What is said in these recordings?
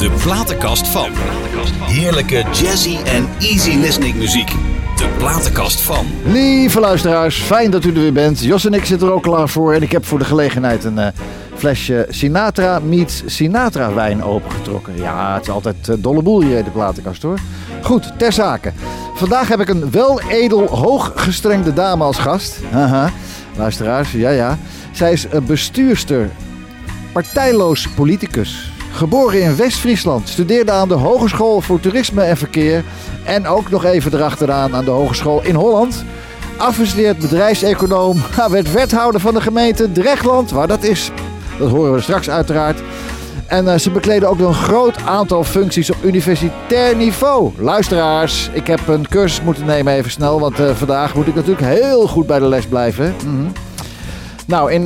De platenkast van. Heerlijke jazzy en easy listening muziek. De platenkast van. Lieve luisteraars, fijn dat u er weer bent. Jos en ik zitten er ook klaar voor. En ik heb voor de gelegenheid een flesje Sinatra meets Sinatra wijn opengetrokken. Ja, het is altijd dolle boel hier, de platenkast hoor. Goed, ter zake. Vandaag heb ik een weledel hooggestrengde dame als gast. Haha, luisteraars, ja. Zij is bestuurster, partijloos politicus. Geboren in West-Friesland, studeerde aan de Hogeschool voor Toerisme en Verkeer en ook nog even erachteraan aan de Hogeschool in Holland. Afgestudeerd bedrijfseconoom, werd wethouder van de gemeente Drechtland, waar dat is. Dat horen we straks uiteraard. En ze bekleden ook nog een groot aantal functies op universitair niveau. Luisteraars, ik heb een cursus moeten nemen even snel, want vandaag moet ik natuurlijk heel goed bij de les blijven. Nou, in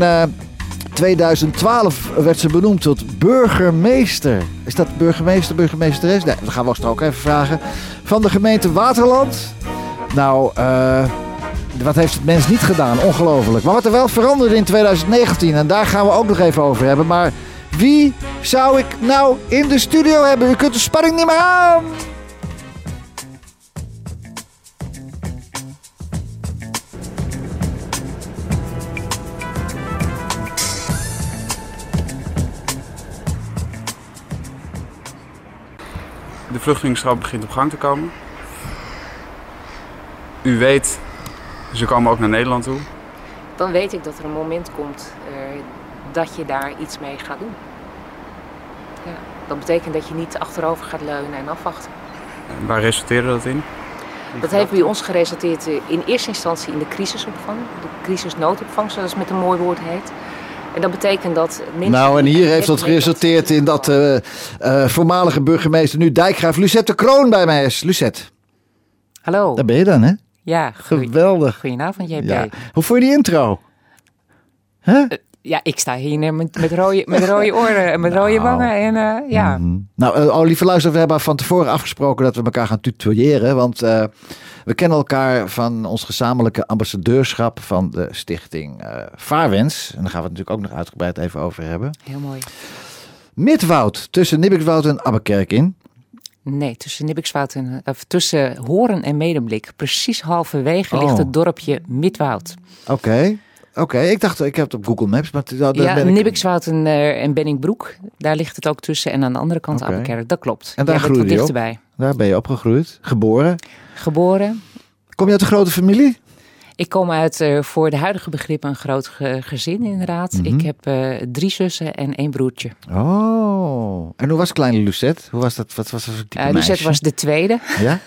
2012 werd ze benoemd tot burgemeester. Is dat burgemeesteres? Nee, dat gaan we straks ook even vragen. Van de gemeente Waterland. Nou, wat heeft het mens niet gedaan? Ongelooflijk. Maar wat er wel veranderde in 2019, en daar gaan we ook nog even over hebben. Maar wie zou ik nou in de studio hebben? U kunt de spanning niet meer aan. De vluchtelingenstroom begint op gang te komen. U weet, ze komen ook naar Nederland toe. Dan weet ik dat er een moment komt dat je daar iets mee gaat doen. Ja, dat betekent dat je niet achterover gaat leunen en afwachten. En waar resulteerde dat in? Dat heeft bij ons geresulteerd in eerste instantie in de crisisopvang. De crisisnoodopvang, zoals het met een mooi woord heet. En dat betekent dat mensen... Nou, en hier heeft dat geresulteerd in dat voormalige burgemeester, nu dijkgraaf Lucette de Kroon bij mij is. Lucette. Hallo. Daar ben je dan, hè? Ja. Geweldig. Goedenavond, JP. Ja. Hoe vond je die intro? Huh? Ja, ik sta hier met rode oren en met rode wangen. En ja. Nou, lieve luisteraars, we hebben van tevoren afgesproken dat we elkaar gaan tutoyeren. Want we kennen elkaar van ons gezamenlijke ambassadeurschap van de stichting Vaarwens. En daar gaan we het natuurlijk ook nog uitgebreid even over hebben. Heel mooi. Midwoud, tussen Nibbikswoud en Abbekerk in. Nee, tussen Horen en Medemblik. Precies halverwege ligt het dorpje Midwoud. Oké, ik dacht, ik heb het op Google Maps. Maar Nibbikswoud en Benningbroek. Daar ligt het ook tussen. En aan de andere kant Abbekerk, dat klopt. En daar groeide je op? Daar ben je opgegroeid? Geboren? Kom je uit een grote familie? Ik kom uit voor de huidige begrippen een groot gezin inderdaad. Ik heb 3 zussen en 1 broertje. Oh, en hoe was kleine Lucette? Hoe was dat? Wat was dat voor type meisje? Lucette was de tweede. Ja?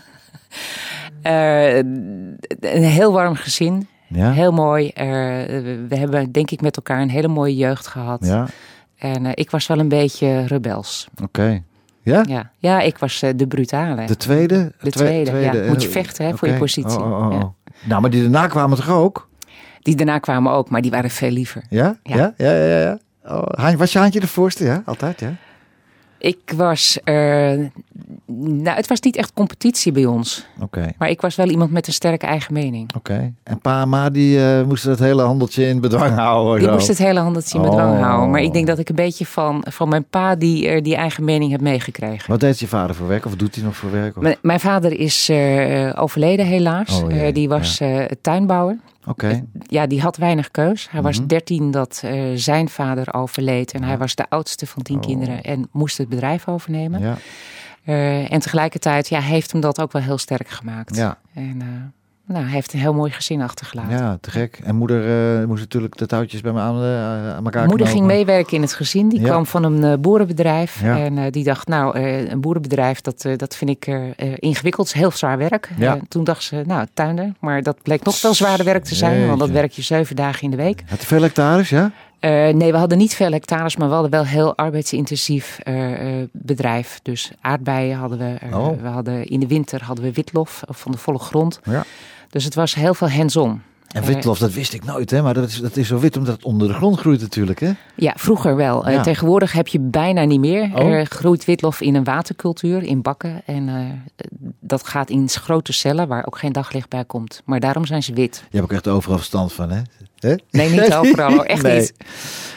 Een heel warm gezin. Ja? Heel mooi. We hebben denk ik met elkaar een hele mooie jeugd gehad. Ja. En ik was wel een beetje rebels. Oké. Ja? Ja, ik was de brutale. De tweede? De tweede, ja. Moet je vechten voor je positie. Ja. Nou, maar die daarna kwamen toch ook? Die daarna kwamen ook, maar die waren veel liever. Ja? Ja. Oh, was je handje de voorste? Ja, altijd, ja? Ik was... het was niet echt competitie bij ons. Oké. Maar ik was wel iemand met een sterke eigen mening. Oké. En pa en ma die moesten het hele handeltje in bedwang houden? Die moesten het hele handeltje in bedwang houden. Maar ik denk dat ik een beetje van mijn pa die eigen mening heb meegekregen. Wat deed je vader voor werk? Of doet hij nog voor werk? Of? Mijn vader is overleden helaas. Die was tuinbouwer. Oké. Ja, die had weinig keus. Hij was 13 dat zijn vader overleed. En hij was de oudste van 10 kinderen en moest het bedrijf overnemen. Ja. En tegelijkertijd heeft hem dat ook wel heel sterk gemaakt. Ja. En hij heeft een heel mooi gezin achtergelaten. Ja, te gek. En moeder moest natuurlijk de touwtjes bij me aan elkaar Moeder knopen. ging meewerken in het gezin. Die kwam van een boerenbedrijf. Ja. En die dacht, een boerenbedrijf, dat vind ik ingewikkeld. Heel zwaar werk. Ja. Toen dacht ze, tuinder. Maar dat bleek nog veel zwaarder werk te zijn. Want dat werk je 7 dagen in de week. Had je veel hectares, ja? Nee, we hadden niet veel hectares, maar we hadden wel heel arbeidsintensief bedrijf. Dus aardbeien hadden we. We hadden, in de winter hadden we witlof van de volle grond. Ja. Dus het was heel veel hands-on. En witlof, dat wist ik nooit, hè? Maar dat is zo wit omdat het onder de grond groeit natuurlijk, hè? Ja, vroeger wel. Ja. Tegenwoordig heb je bijna niet meer. Er groeit witlof in een watercultuur, in bakken. En dat gaat in grote cellen waar ook geen daglicht bij komt. Maar daarom zijn ze wit. Je hebt ook echt overal verstand van, hè? Nee, niet overal. Echt niet.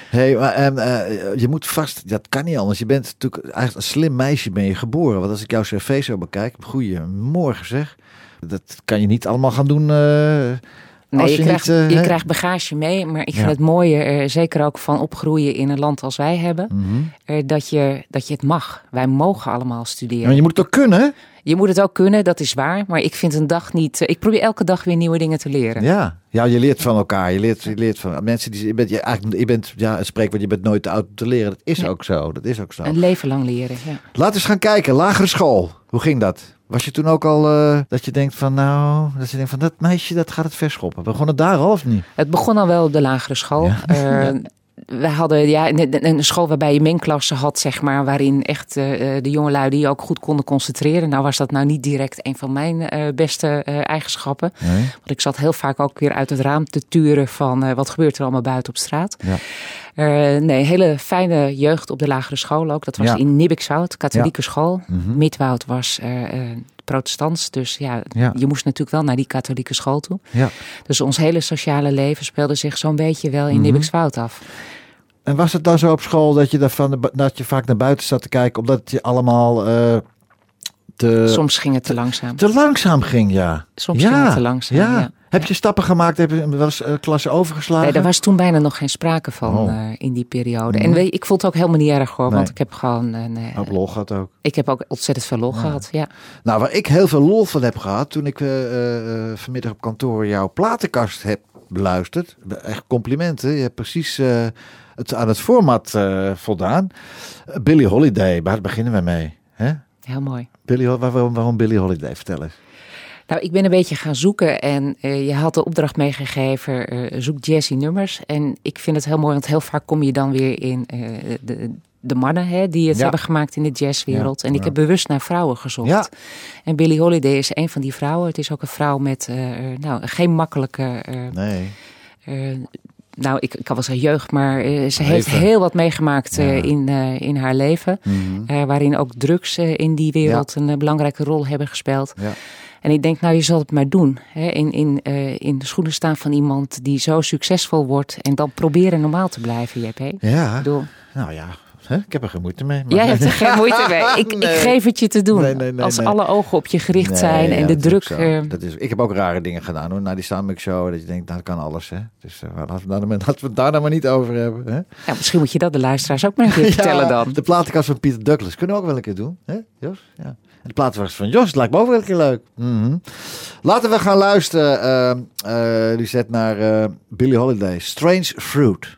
Hey, maar je moet vast... Dat kan niet anders. Je bent natuurlijk eigenlijk een slim meisje ben je geboren. Want als ik jouw cv zo bekijk... Goeiemorgen zeg. Dat kan je niet allemaal gaan doen... Nee, je krijgt bagage mee, maar ik vind het mooie, zeker ook van opgroeien in een land als wij hebben, dat je het mag. Wij mogen allemaal studeren. Maar je moet het ook kunnen. Je moet het ook kunnen, dat is waar. Maar ik vind een dag niet... Ik probeer elke dag weer nieuwe dingen te leren. Ja, je leert van elkaar. Je leert van mensen die... Je bent het spreekwoord, je bent nooit te oud om te leren. Dat is ook zo. Een leven lang leren, ja. Laten we eens gaan kijken. Lagere school. Hoe ging dat? Was je toen ook al dat je denkt van dat meisje dat gaat het verschoppen? Begon het daar al of niet? Het begon al wel op de lagere school. Ja. We hadden een school waarbij je mengklassen had, zeg maar, waarin echt de jongelui die ook goed konden concentreren. Nou was dat nou niet direct een van mijn beste eigenschappen. Nee. Want ik zat heel vaak ook weer uit het raam te turen van wat gebeurt er allemaal buiten op straat. Ja. Hele fijne jeugd op de lagere school ook. Dat was in Nibbikswoud, katholieke school. Mm-hmm. Midwoud was protestants. Dus je moest natuurlijk wel naar die katholieke school toe. Ja. Dus ons hele sociale leven speelde zich zo'n beetje wel in Nibbikswoud af. En was het dan zo op school dat je vaak naar buiten zat te kijken, omdat je allemaal soms ging het te langzaam. Te langzaam ging, ja. Soms ging het te langzaam, ja. Heb je stappen gemaakt? Heb je wel eens klassen overgeslagen? Nee, daar was toen bijna nog geen sprake van in die periode. En ik vond het ook helemaal niet erg hoor. Want ik heb gewoon... Heb lol gehad ook. Ik heb ook ontzettend veel lol gehad, ja. Nou, waar ik heel veel lol van heb gehad, toen ik vanmiddag op kantoor jouw platenkast heb beluisterd. Echt complimenten. Je hebt precies aan het format voldaan. Billie Holiday, waar beginnen we mee? Hè? Heel mooi. Waarom Billie Holiday? Vertel eens. Nou, ik ben een beetje gaan zoeken en je had de opdracht meegegeven, zoek jazzy nummers. En ik vind het heel mooi, want heel vaak kom je dan weer in de mannen die het hebben gemaakt in de jazzwereld. En ik heb bewust naar vrouwen gezocht. Ja. En Billie Holiday is een van die vrouwen. Het is ook een vrouw met geen makkelijke... ik kan wel zeggen jeugd, maar ze heeft heel wat meegemaakt in haar leven. Mm-hmm. Waarin ook drugs in die wereld een belangrijke rol hebben gespeeld. Ja. En ik denk, je zal het maar doen. Hè? In de schoenen staan van iemand die zo succesvol wordt. En dan proberen normaal te blijven, JP. Ja, nou ja. Ik heb er geen moeite mee. Maar... Jij hebt er geen moeite mee. Ik geef het je te doen. Nee, als alle ogen op je gericht zijn en de druk... Ik heb ook rare dingen gedaan hoor. Na die Soundmix Show. Dat je denkt, dat kan alles. Hè? Dus laten we het daar nou maar niet over hebben. Hè? Ja, misschien moet je dat de luisteraars ook maar een keer vertellen dan. De platenkast van Peter Douglas. Kunnen we ook wel een keer doen. Hè, Jos? Ja. De platenkast van Jos. Lijkt me ook wel een keer leuk. Mm-hmm. Laten we gaan luisteren, Lisette, naar Billie Holiday. Strange Fruit.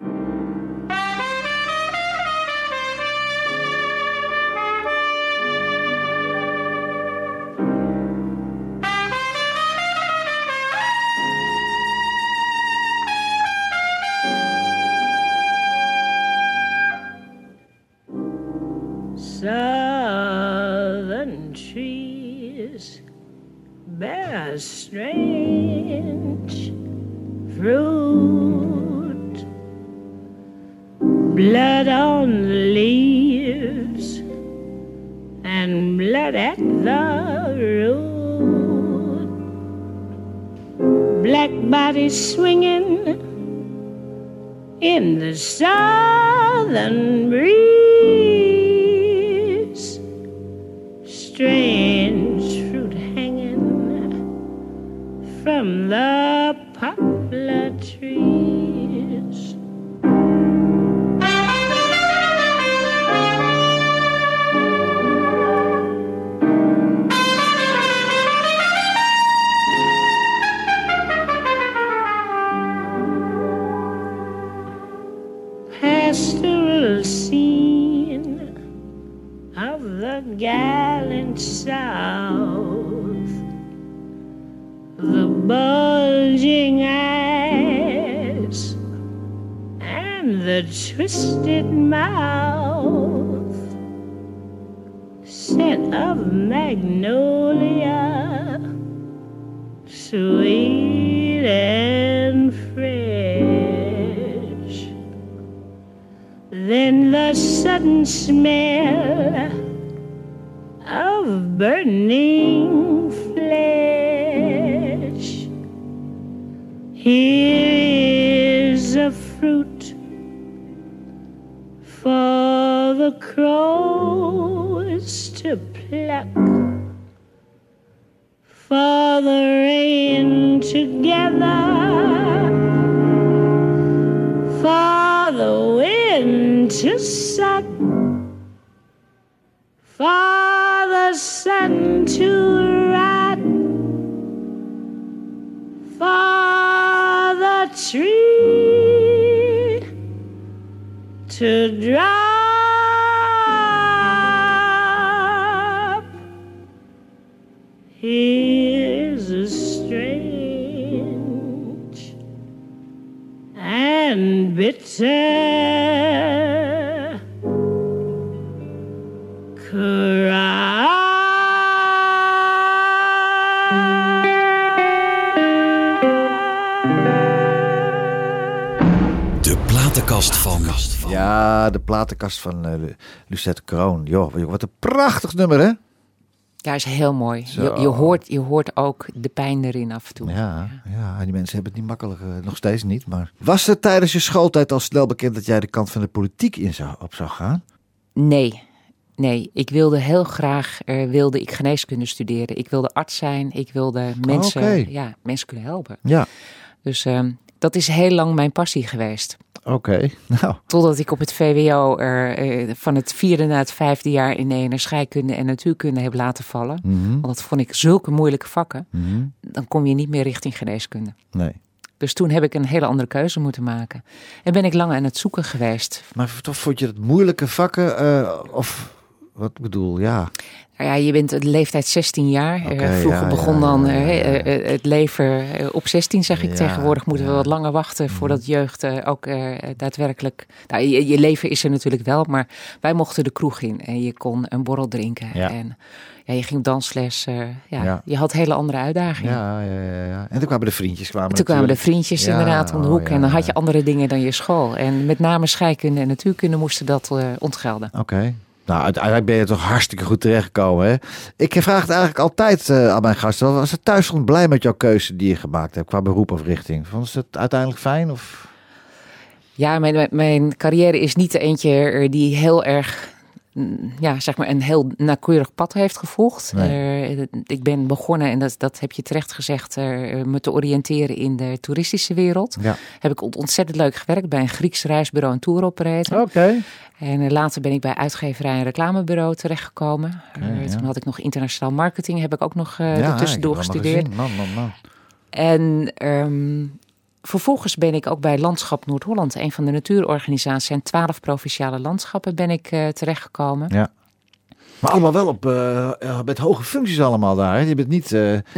Southern trees bear strange fruit, blood on the leaves and blood at the root, black bodies swinging in the southern breeze, strange fruit hanging from the poplar trees. Pastoral scene of the gallant South, the bulging eyes and the twisted mouth, scent of magnolia, sweet and fresh. Then the sudden smell of burning flesh. Here is a fruit the crows to pluck, for the rain together, for the wind to suck, for the sun to rot, for the tree to drop. Here's a strange and bitter cry. De platenkast van... Ja, de platenkast van Lucette Kroon. Joh, wat een prachtig nummer, hè? Ja, is heel mooi. Je hoort ook de pijn erin af en toe. Ja, die mensen hebben het niet makkelijk, nog steeds niet. Maar was het tijdens je schooltijd al snel bekend dat jij de kant van de politiek op zou gaan? Nee, ik wilde heel graag geneeskunde studeren. Ik wilde arts zijn. Ik wilde mensen kunnen helpen. Ja. Dus dat is heel lang mijn passie geweest. Oké. Nou. Totdat ik op het VWO van het 4e naar het 5e jaar in scheikunde en natuurkunde heb laten vallen. Mm-hmm. Want dat vond ik zulke moeilijke vakken. Mm-hmm. Dan kom je niet meer richting geneeskunde. Nee. Dus toen heb ik een hele andere keuze moeten maken. En ben ik lang aan het zoeken geweest. Maar toch vond je het moeilijke vakken? Of wat bedoel, ja... Nou ja, je bent de leeftijd 16 jaar. Vroeger begon dan het leven op 16, zeg ik. Tegenwoordig moeten we wat langer wachten voordat jeugd ook daadwerkelijk... Nou, je leven is er natuurlijk wel, maar wij mochten de kroeg in. En je kon een borrel drinken. Ja. En je ging dansles. Je had hele andere uitdagingen. Ja. En toen kwamen de vriendjes. Inderdaad om de hoek. En dan had je andere dingen dan je school. En met name scheikunde en natuurkunde moesten dat ontgelden. Oké. Nou, uiteindelijk ben je toch hartstikke goed terechtgekomen, hè? Ik vraag het eigenlijk altijd aan mijn gasten. Was het thuis gewoon blij met jouw keuze die je gemaakt hebt qua beroep of richting? Vond ze het uiteindelijk fijn? Of? Ja, mijn carrière is niet de eentje die heel erg... zeg maar een heel nauwkeurig pad heeft gevolgd. Nee. Ik ben begonnen, en dat heb je terecht gezegd, me te oriënteren in de toeristische wereld. Ja. Heb ik ontzettend leuk gewerkt bij een Grieks reisbureau en touroperator. Oké. En later ben ik bij uitgeverij en reclamebureau terechtgekomen. Toen had ik nog internationaal marketing, heb ik ook nog ertussendoor gestudeerd. Man. En... vervolgens ben ik ook bij Landschap Noord-Holland, een van de natuurorganisaties, en 12 provinciale landschappen ben ik terechtgekomen. Ja. Maar allemaal wel met hoge functies allemaal daar. Hè? Je bent niet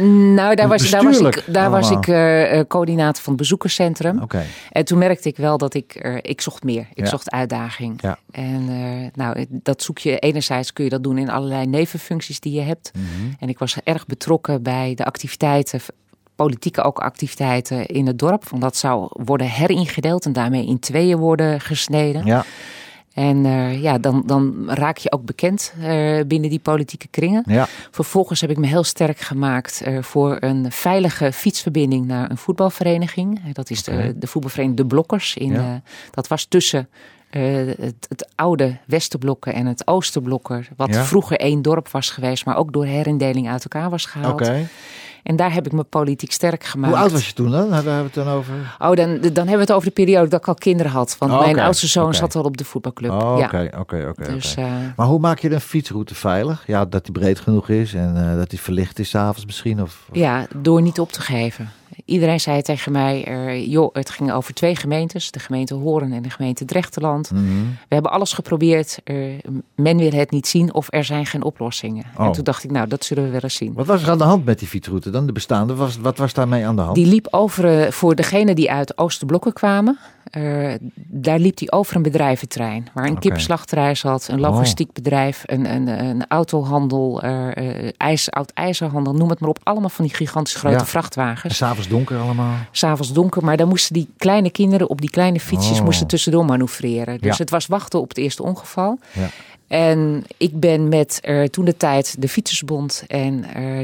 daar was ik coördinator van het bezoekerscentrum. Okay. En toen merkte ik wel dat ik zocht meer. Ik zocht uitdaging. Ja. En dat zoek je. Enerzijds kun je dat doen in allerlei nevenfuncties die je hebt. Mm-hmm. En ik was erg betrokken bij de activiteiten, politieke ook activiteiten in het dorp. Want dat zou worden heringedeeld en daarmee in tweeën worden gesneden. Ja. En dan raak je ook bekend binnen die politieke kringen. Ja. Vervolgens heb ik me heel sterk gemaakt voor een veilige fietsverbinding naar een voetbalvereniging. Dat is de voetbalvereniging De Blokkers. Dat was tussen het oude Westerblokken en het Oosterblokker. Wat vroeger één dorp was geweest, maar ook door herindeling uit elkaar was gehaald. Okay. En daar heb ik me politiek sterk gemaakt. Hoe oud was je toen dan? Daar hebben we het dan over? Dan hebben we het over de periode dat ik al kinderen had. Want mijn oudste zoon zat al op de voetbalclub. Oké. Maar hoe maak je een fietsroute veilig? Ja, dat die breed genoeg is en dat die verlicht is 's avonds misschien? Of? Ja, door niet op te geven. Iedereen zei tegen mij, het ging over 2 gemeentes. De gemeente Hoorn en de gemeente Drechterland. Mm-hmm. We hebben alles geprobeerd. Men wil het niet zien of er zijn geen oplossingen. En toen dacht ik, dat zullen we wel eens zien. Wat was er aan de hand met die fietsroute dan? De bestaande, wat was daarmee aan de hand? Die liep over, voor degenen die uit Oosterblokken kwamen. Daar liep die over een bedrijventerrein. Waar een kippenslachterij zat, een logistiek bedrijf, een autohandel, oud ijzerhandel, noem het maar op. Allemaal van die gigantisch grote vrachtwagens. En 's avonds donker allemaal? 's avonds donker, maar dan moesten die kleine kinderen op die kleine fietsjes moesten tussendoor manoeuvreren. Dus het was wachten op het eerste ongeval. Ja. En ik ben met toen de tijd de Fietsersbond en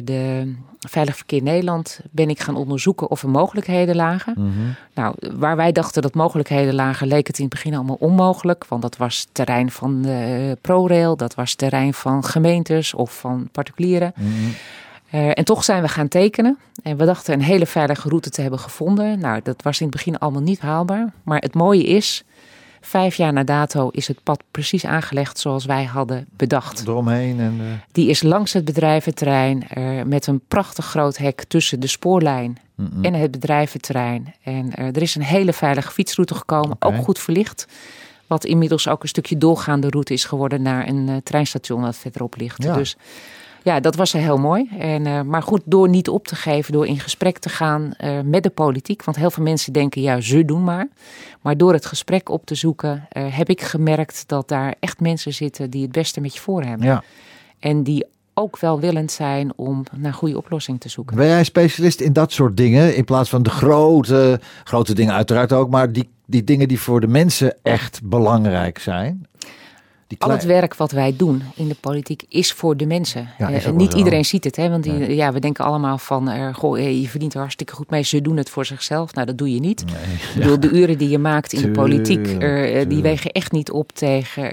de Veilig Verkeer Nederland ben ik gaan onderzoeken of er mogelijkheden lagen. Mm-hmm. Nou, waar wij dachten dat mogelijkheden lagen, leek het in het begin allemaal onmogelijk. Want dat was terrein van ProRail, dat was terrein van gemeentes of van particulieren. Mm-hmm. En toch zijn we gaan tekenen. En we dachten een hele veilige route te hebben gevonden. Nou, dat was in het begin allemaal niet haalbaar. Maar het mooie is, 5 jaar na dato is het pad precies aangelegd zoals wij hadden bedacht. Eromheen. En, Die is langs het bedrijventerrein met een prachtig groot hek tussen de spoorlijn en het bedrijventerrein. En er is een hele veilige fietsroute gekomen, ook goed verlicht. Wat inmiddels ook een stukje doorgaande route is geworden naar een treinstation dat verderop ligt. Ja. Dus ja, dat was heel mooi. Maar goed, door niet op te geven, door in gesprek te gaan met de politiek. Want heel veel mensen denken, ja, ze doen maar. Maar door het gesprek op te zoeken, heb ik gemerkt dat daar echt mensen zitten die het beste met je voor hebben. Ja. En die ook welwillend zijn om naar goede oplossing te zoeken. Ben jij specialist in dat soort dingen? In plaats van de grote dingen uiteraard ook. Maar die dingen die voor de mensen echt belangrijk zijn. Al het werk wat wij doen in de politiek is voor de mensen. Ja, niet iedereen ziet het. Hè? Want we denken allemaal van, je verdient er hartstikke goed mee. Ze doen het voor zichzelf. Nou, dat doe je niet. Nee, Ik bedoel, de uren die je maakt in de politiek, die wegen echt niet op tegen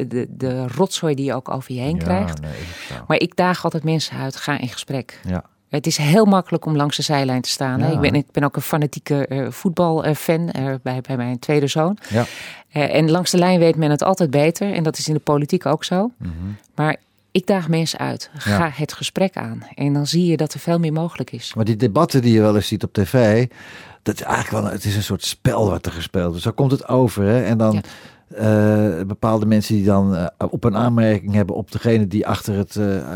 de rotzooi die je ook over je heen krijgt. Nee, maar ik daag altijd mensen uit, ga in gesprek. Ja. Het is heel makkelijk om langs de zijlijn te staan. Ja. Hè? Ik ben ook een fanatieke voetbalfan bij mijn tweede zoon. Ja. En langs de lijn weet men het altijd beter. En dat is in de politiek ook zo. Mm-hmm. Maar ik daag mensen uit. Ga het gesprek aan. En dan zie je dat er veel meer mogelijk is. Maar die debatten die je wel eens ziet op tv, dat is eigenlijk wel, het is een soort spel wat er gespeeld wordt. Zo komt het over. Hè? En dan bepaalde mensen die dan op een aanmerking hebben op degene die achter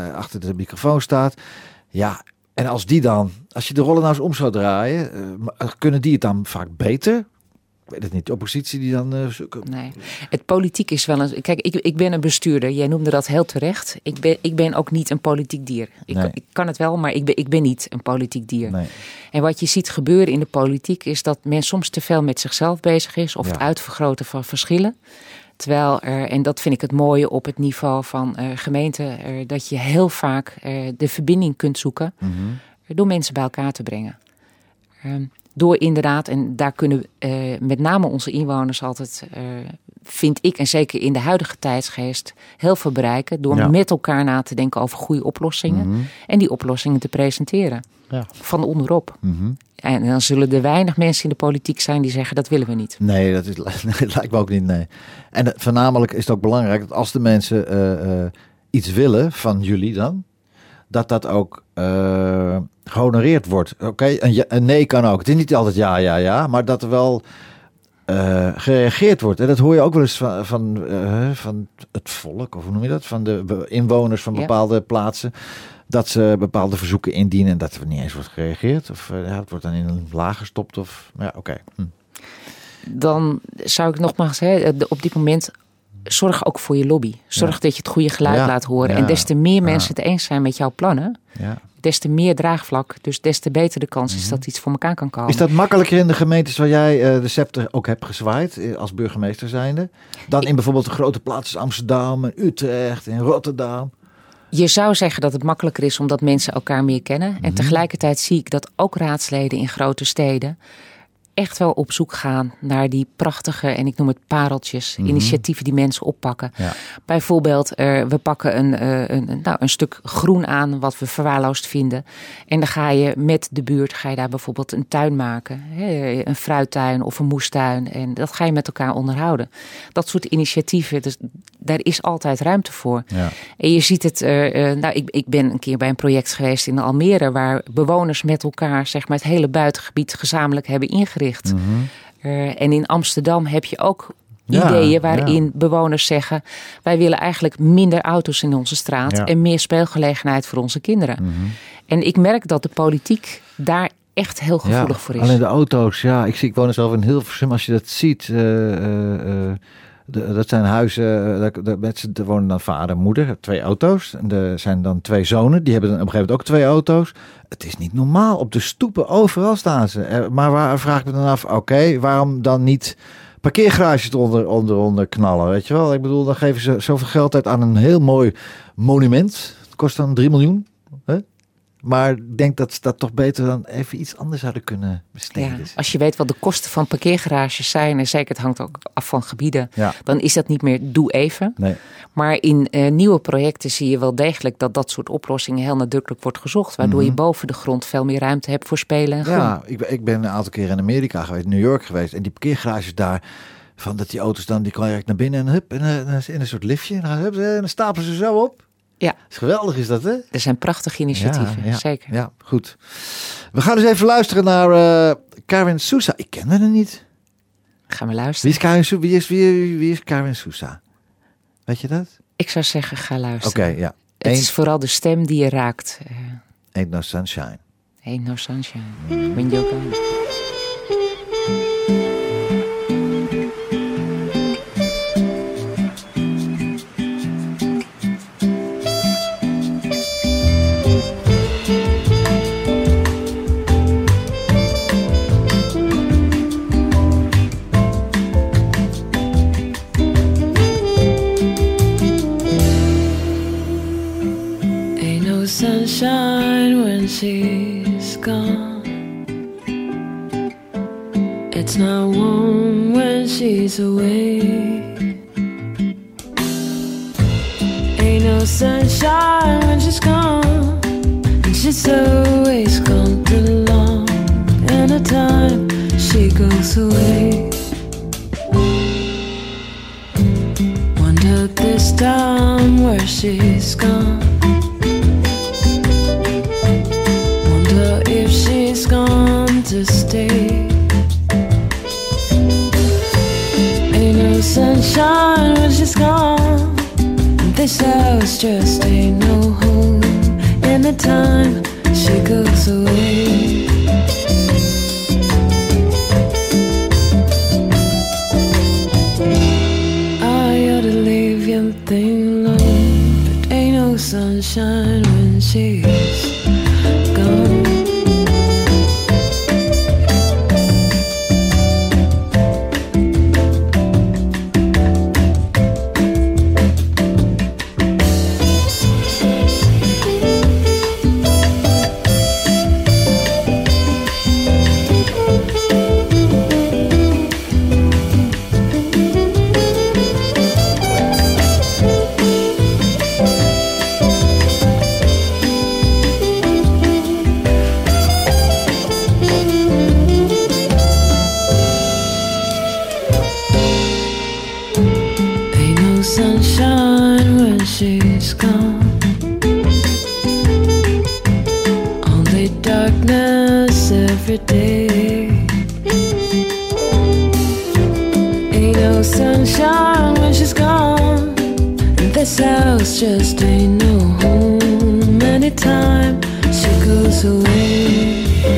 de microfoon staat. Ja. En als je de rollen nou eens om zou draaien, kunnen die het dan vaak beter? Ik weet het niet, de oppositie die dan zoeken. Nee, het politiek is wel een... Kijk, ik ben een bestuurder. Jij noemde dat heel terecht. Ik ben ook niet een politiek dier. Ik kan het wel, maar ik ben niet een politiek dier. Nee. En wat je ziet gebeuren in de politiek is dat men soms te veel met zichzelf bezig is. Of het uitvergroten van verschillen. Terwijl en dat vind ik het mooie op het niveau van gemeenten, dat je heel vaak de verbinding kunt zoeken door mensen bij elkaar te brengen. Door inderdaad, en daar kunnen met name onze inwoners altijd, vind ik, en zeker in de huidige tijdsgeest, heel veel bereiken. Door met elkaar na te denken over goede oplossingen en die oplossingen te presenteren. Ja. Van onderop. En dan zullen er weinig mensen in de politiek zijn die zeggen, dat willen we niet. Nee, dat lijkt me ook niet, nee. En voornamelijk is het ook belangrijk dat als de mensen iets willen van jullie dan, dat ook gehonoreerd wordt. Oké, een nee kan ook. Het is niet altijd ja, maar dat er wel gereageerd wordt. En dat hoor je ook wel eens van het volk, of hoe noem je dat? Van de inwoners van bepaalde plaatsen. Dat ze bepaalde verzoeken indienen en dat er niet eens wordt gereageerd. Of het wordt dan in een laag gestopt. Of oké. Dan zou ik nogmaals op dit moment zorg ook voor je lobby. Zorg dat je het goede geluid laat horen. En des te meer mensen het eens zijn met jouw plannen, des te meer draagvlak. Dus des te beter de kans is dat iets voor elkaar kan komen. Is dat makkelijker in de gemeentes waar jij de scepter ook hebt gezwaaid als burgemeester zijnde? Dan in bijvoorbeeld de grote plaatsen Amsterdam en Utrecht en Rotterdam? Je zou zeggen dat het makkelijker is omdat mensen elkaar meer kennen. En tegelijkertijd zie ik dat ook raadsleden in grote steden echt wel op zoek gaan naar die prachtige, en ik noem het pareltjes, initiatieven die mensen oppakken. Ja. Bijvoorbeeld, we pakken een stuk groen aan wat we verwaarloosd vinden. En dan ga je met de buurt, daar bijvoorbeeld een tuin maken. Een fruittuin of een moestuin. En dat ga je met elkaar onderhouden. Dat soort initiatieven, dus daar is altijd ruimte voor. Ja. En je ziet het, ik ben een keer bij een project geweest in Almere, waar bewoners met elkaar zeg maar het hele buitengebied gezamenlijk hebben ingericht. En in Amsterdam heb je ook ideeën waarin bewoners zeggen, wij willen eigenlijk minder auto's in onze straat en meer speelgelegenheid voor onze kinderen. En ik merk dat de politiek daar echt heel gevoelig voor is. Alleen de auto's, ik woon zelf in Hilversum, als je dat ziet, dat zijn huizen, er wonen dan vader en moeder, 2 auto's. En er zijn dan 2 zonen, die hebben dan op een gegeven moment ook 2 auto's. Het is niet normaal, op de stoepen, overal staan ze. Maar waar vraag ik me dan af, waarom dan niet parkeergarages onder knallen, weet je wel. Ik bedoel, dan geven ze zoveel geld uit aan een heel mooi monument. Het kost dan 3 miljoen. Hè? Maar ik denk dat ze dat toch beter dan even iets anders hadden kunnen besteden. Ja, als je weet wat de kosten van parkeergarages zijn, en zeker het hangt ook af van gebieden, dan is dat niet meer doe even. Nee. Maar in nieuwe projecten zie je wel degelijk dat soort oplossingen heel nadrukkelijk wordt gezocht. Waardoor je boven de grond veel meer ruimte hebt voor spelen en groen. Ja, ik ben een aantal keer in Amerika geweest, New York geweest. En die parkeergarages daar, van dat die auto's dan, die kan je direct naar binnen en in een soort liftje. En dan stapelen ze zo op. Ja. Is geweldig is dat, hè? Er zijn prachtige initiatieven, zeker. Ja, goed. We gaan dus even luisteren naar Karin Sousa. Ik ken haar niet. Gaan we luisteren. Wie is Karin Sousa? Wie is Karin Sousa? Weet je dat? Ik zou zeggen, ga luisteren. Oké, ja. Het is vooral de stem die je raakt. Ain't no sunshine. Ain't no sunshine. When you're gone. Sunshine when she's gone. It's not warm when she's away. Ain't no sunshine when she's gone, and she's always gone too long. Anytime she goes away, wonder this time where she's gone. If she's gone to stay. Ain't no sunshine when she's gone. This house just ain't no home. Anytime she goes away. I ought to leave your thing alone, but ain't no sunshine when she's gone. Sunshine when she's gone. Only darkness every day. Ain't no sunshine when she's gone. And this house just ain't no home. Anytime she goes away.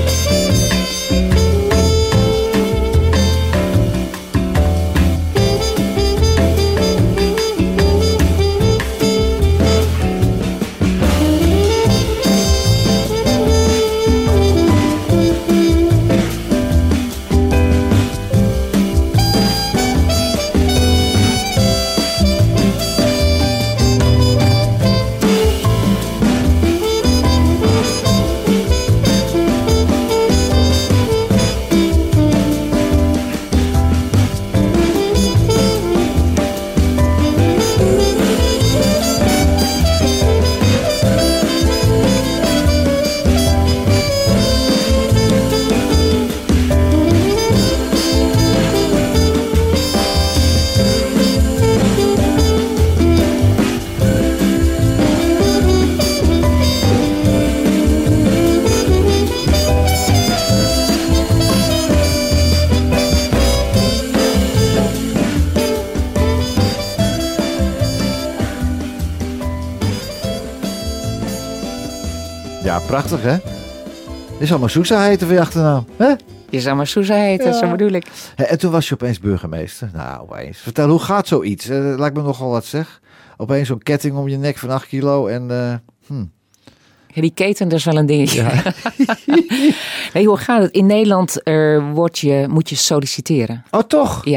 Ja, prachtig hè? Je zou maar Sousa heten voor je achternaam. Hè? Je zou maar Sousa heten, zo bedoel ik. En toen was je opeens burgemeester. Nou, opeens. Vertel, hoe gaat zoiets? Lijkt me nogal wat zeg. Opeens zo'n ketting om je nek van 8 kilo en... Ja, die keten, dat is wel een dingetje. Ja. Nee, hoe gaat het? In Nederland moet je solliciteren. Oh, toch? Ja.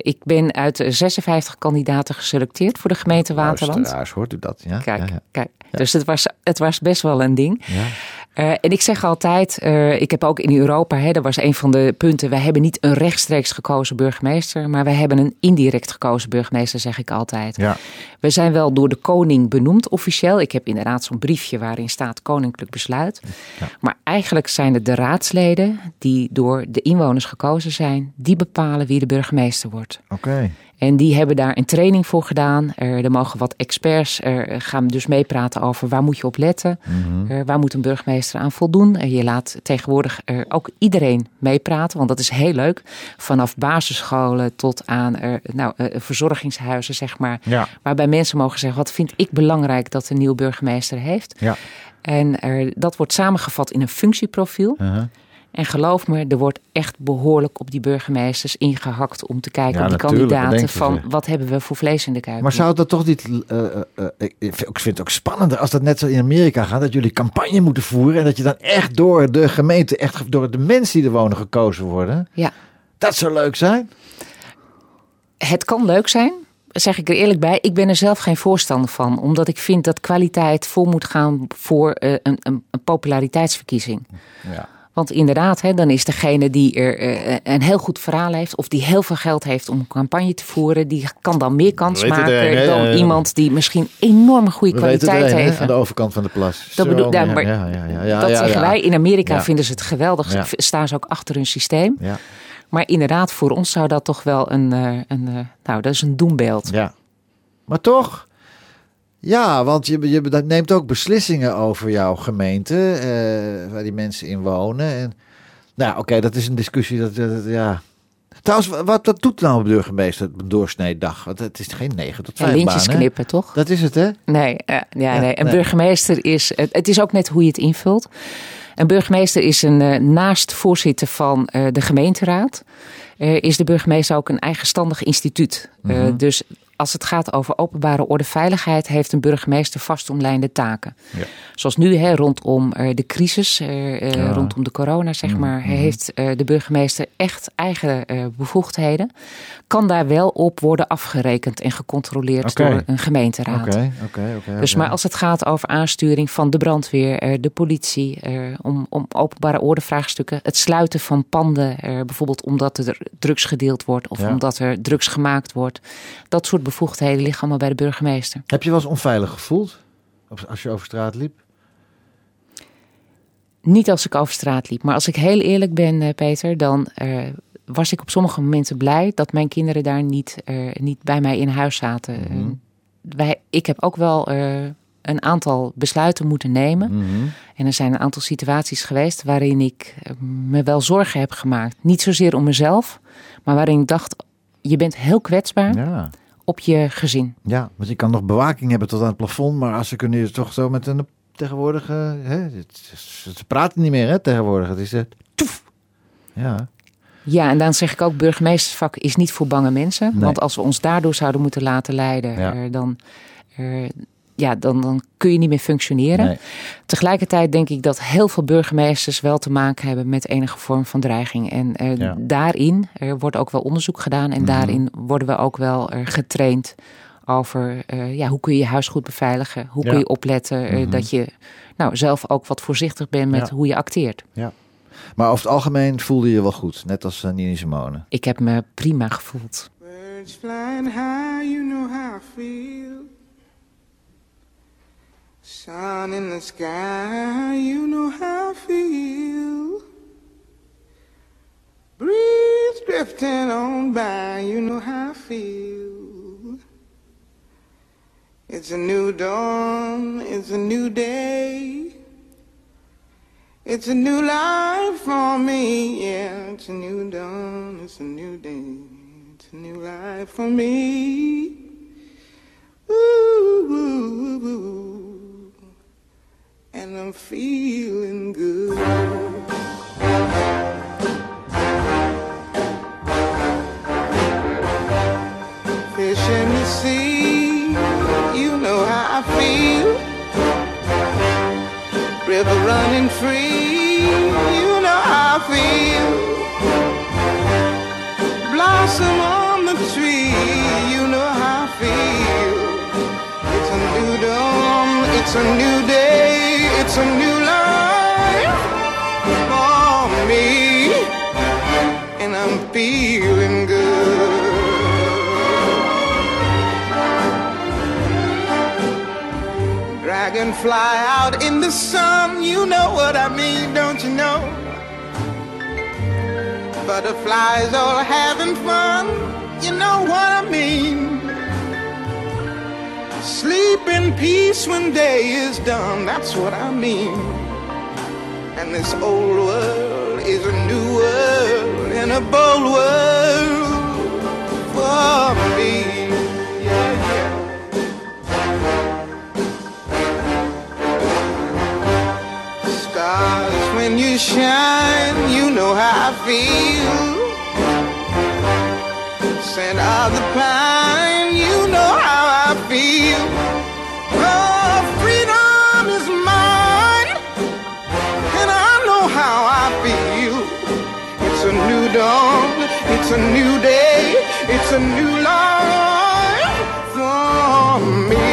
Ik ben uit 56 kandidaten geselecteerd voor de gemeente Waterland. Luisteraars, hoort u dat? Ja? Kijk. Ja. Dus het was best wel een ding. Ja. En ik zeg altijd, ik heb ook in Europa, dat was een van de punten. Wij hebben niet een rechtstreeks gekozen burgemeester, maar wij hebben een indirect gekozen burgemeester, zeg ik altijd. Ja. We zijn wel door de koning benoemd officieel. Ik heb inderdaad zo'n briefje waarin staat koninklijk besluit. Ja. Maar eigenlijk zijn het de raadsleden die door de inwoners gekozen zijn, die bepalen wie de burgemeester wordt. Oké. En die hebben daar een training voor gedaan. Er mogen wat experts gaan dus meepraten over waar moet je op letten. Mm-hmm. Waar moet een burgemeester aan voldoen. Je laat tegenwoordig ook iedereen meepraten, want dat is heel leuk. Vanaf basisscholen tot aan verzorgingshuizen, zeg maar. Ja. Waarbij mensen mogen zeggen, wat vind ik belangrijk dat een nieuwe burgemeester heeft. Ja. En dat wordt samengevat in een functieprofiel. Uh-huh. En geloof me, er wordt echt behoorlijk op die burgemeesters ingehakt om te kijken op die kandidaten van wat hebben we voor vlees in de kuip. Maar zou dat toch niet, ik vind het ook spannender als dat net zo in Amerika gaat, dat jullie campagne moeten voeren en dat je dan echt door de gemeente, echt door de mensen die er wonen gekozen worden. Ja. Dat zou leuk zijn. Het kan leuk zijn. Zeg ik er eerlijk bij, ik ben er zelf geen voorstander van. Omdat ik vind dat kwaliteit voor moet gaan voor een populariteitsverkiezing. Ja. Want inderdaad, dan is degene die er een heel goed verhaal heeft, of die heel veel geld heeft om een campagne te voeren, die kan dan meer kans maken dan iemand die misschien enorme goede kwaliteit heeft. Aan de overkant van de plas. Dat zeggen wij. In Amerika vinden ze het geweldig. Staan ze ook achter hun systeem. Ja. Maar inderdaad, voor ons zou dat toch wel dat is een doembeeld. Ja. Maar toch. Ja, want je neemt ook beslissingen over jouw gemeente, waar die mensen in wonen. En, oké, dat is een discussie. Ja. Trouwens, wat doet nou de burgemeester op een doorsneedag? Want het is geen 9 tot 5 lintjes baan, knippen, toch? Dat is het, hè? Nee. Een burgemeester is... Het is ook net hoe je het invult. Een burgemeester is naast voorzitter van de gemeenteraad, is de burgemeester ook een eigenstandig instituut. Mm-hmm. Dus als het gaat over openbare orde, veiligheid, heeft een burgemeester vastomlijnde taken. Ja. Zoals nu, rondom de crisis, rondom de corona, zeg maar, heeft de burgemeester echt eigen bevoegdheden. Kan daar wel op worden afgerekend en gecontroleerd door een gemeenteraad. Dus maar als het gaat over aansturing van de brandweer, de politie, om openbare ordevraagstukken, het sluiten van panden, bijvoorbeeld omdat er drugs gedeeld wordt of omdat er drugs gemaakt wordt, dat soort bevoegdheden liggen allemaal bij de burgemeester. Heb je wel eens onveilig gevoeld als je over straat liep? Niet als ik over straat liep. Maar als ik heel eerlijk ben, Peter, dan was ik op sommige momenten blij dat mijn kinderen daar niet bij mij in huis zaten. Mm-hmm. Ik heb ook wel een aantal besluiten moeten nemen. Mm-hmm. En er zijn een aantal situaties geweest waarin ik me wel zorgen heb gemaakt. Niet zozeer om mezelf, maar waarin ik dacht, je bent heel kwetsbaar op je gezin. Ja, want je kan nog bewaking hebben tot aan het plafond, maar als ze kunnen je toch zo met een tegenwoordig... ze praten niet meer, tegenwoordig. Het is toef. Ja. Ja, en dan zeg ik ook, burgemeestersvak is niet voor bange mensen. Nee. Want als we ons daardoor zouden moeten laten leiden, dan kun je niet meer functioneren. Nee. Tegelijkertijd denk ik dat heel veel burgemeesters wel te maken hebben met enige vorm van dreiging. En daarin wordt ook wel onderzoek gedaan. En daarin worden we ook wel getraind over hoe kun je je huis goed beveiligen. Hoe kun je opletten dat je zelf ook wat voorzichtig bent met hoe je acteert. Ja. Maar over het algemeen voelde je je wel goed, net als Nina Simone. Ik heb me prima gevoeld. Birds flying high, you know how I feel. Sun in the sky, you know how I feel. Breeze drifting on by, you know how I feel. It's a new dawn, it's a new day. It's a new life for me, yeah. It's a new dawn, it's a new day. It's a new life for me. Ooh, ooh, ooh. And I'm feeling good. Fish in the sea, you know how I feel. River running free, you know how I feel. Blossom on the tree, you know how I feel. It's a new dawn, it's a new day, it's a new life for me, and I'm feeling good. Dragonfly out in the sun, you know what I mean, don't you know? Butterflies all having fun, you know what I mean. Sleep in peace when day is done, that's what I mean. And this old world is a new world and a bold world for me. Yeah, yeah. Stars, when you shine, you know how I feel. Scent of the pine, you know how I feel. Oh, freedom is mine, and I know how I feel. It's a new dawn, it's a new day, it's a new life for me.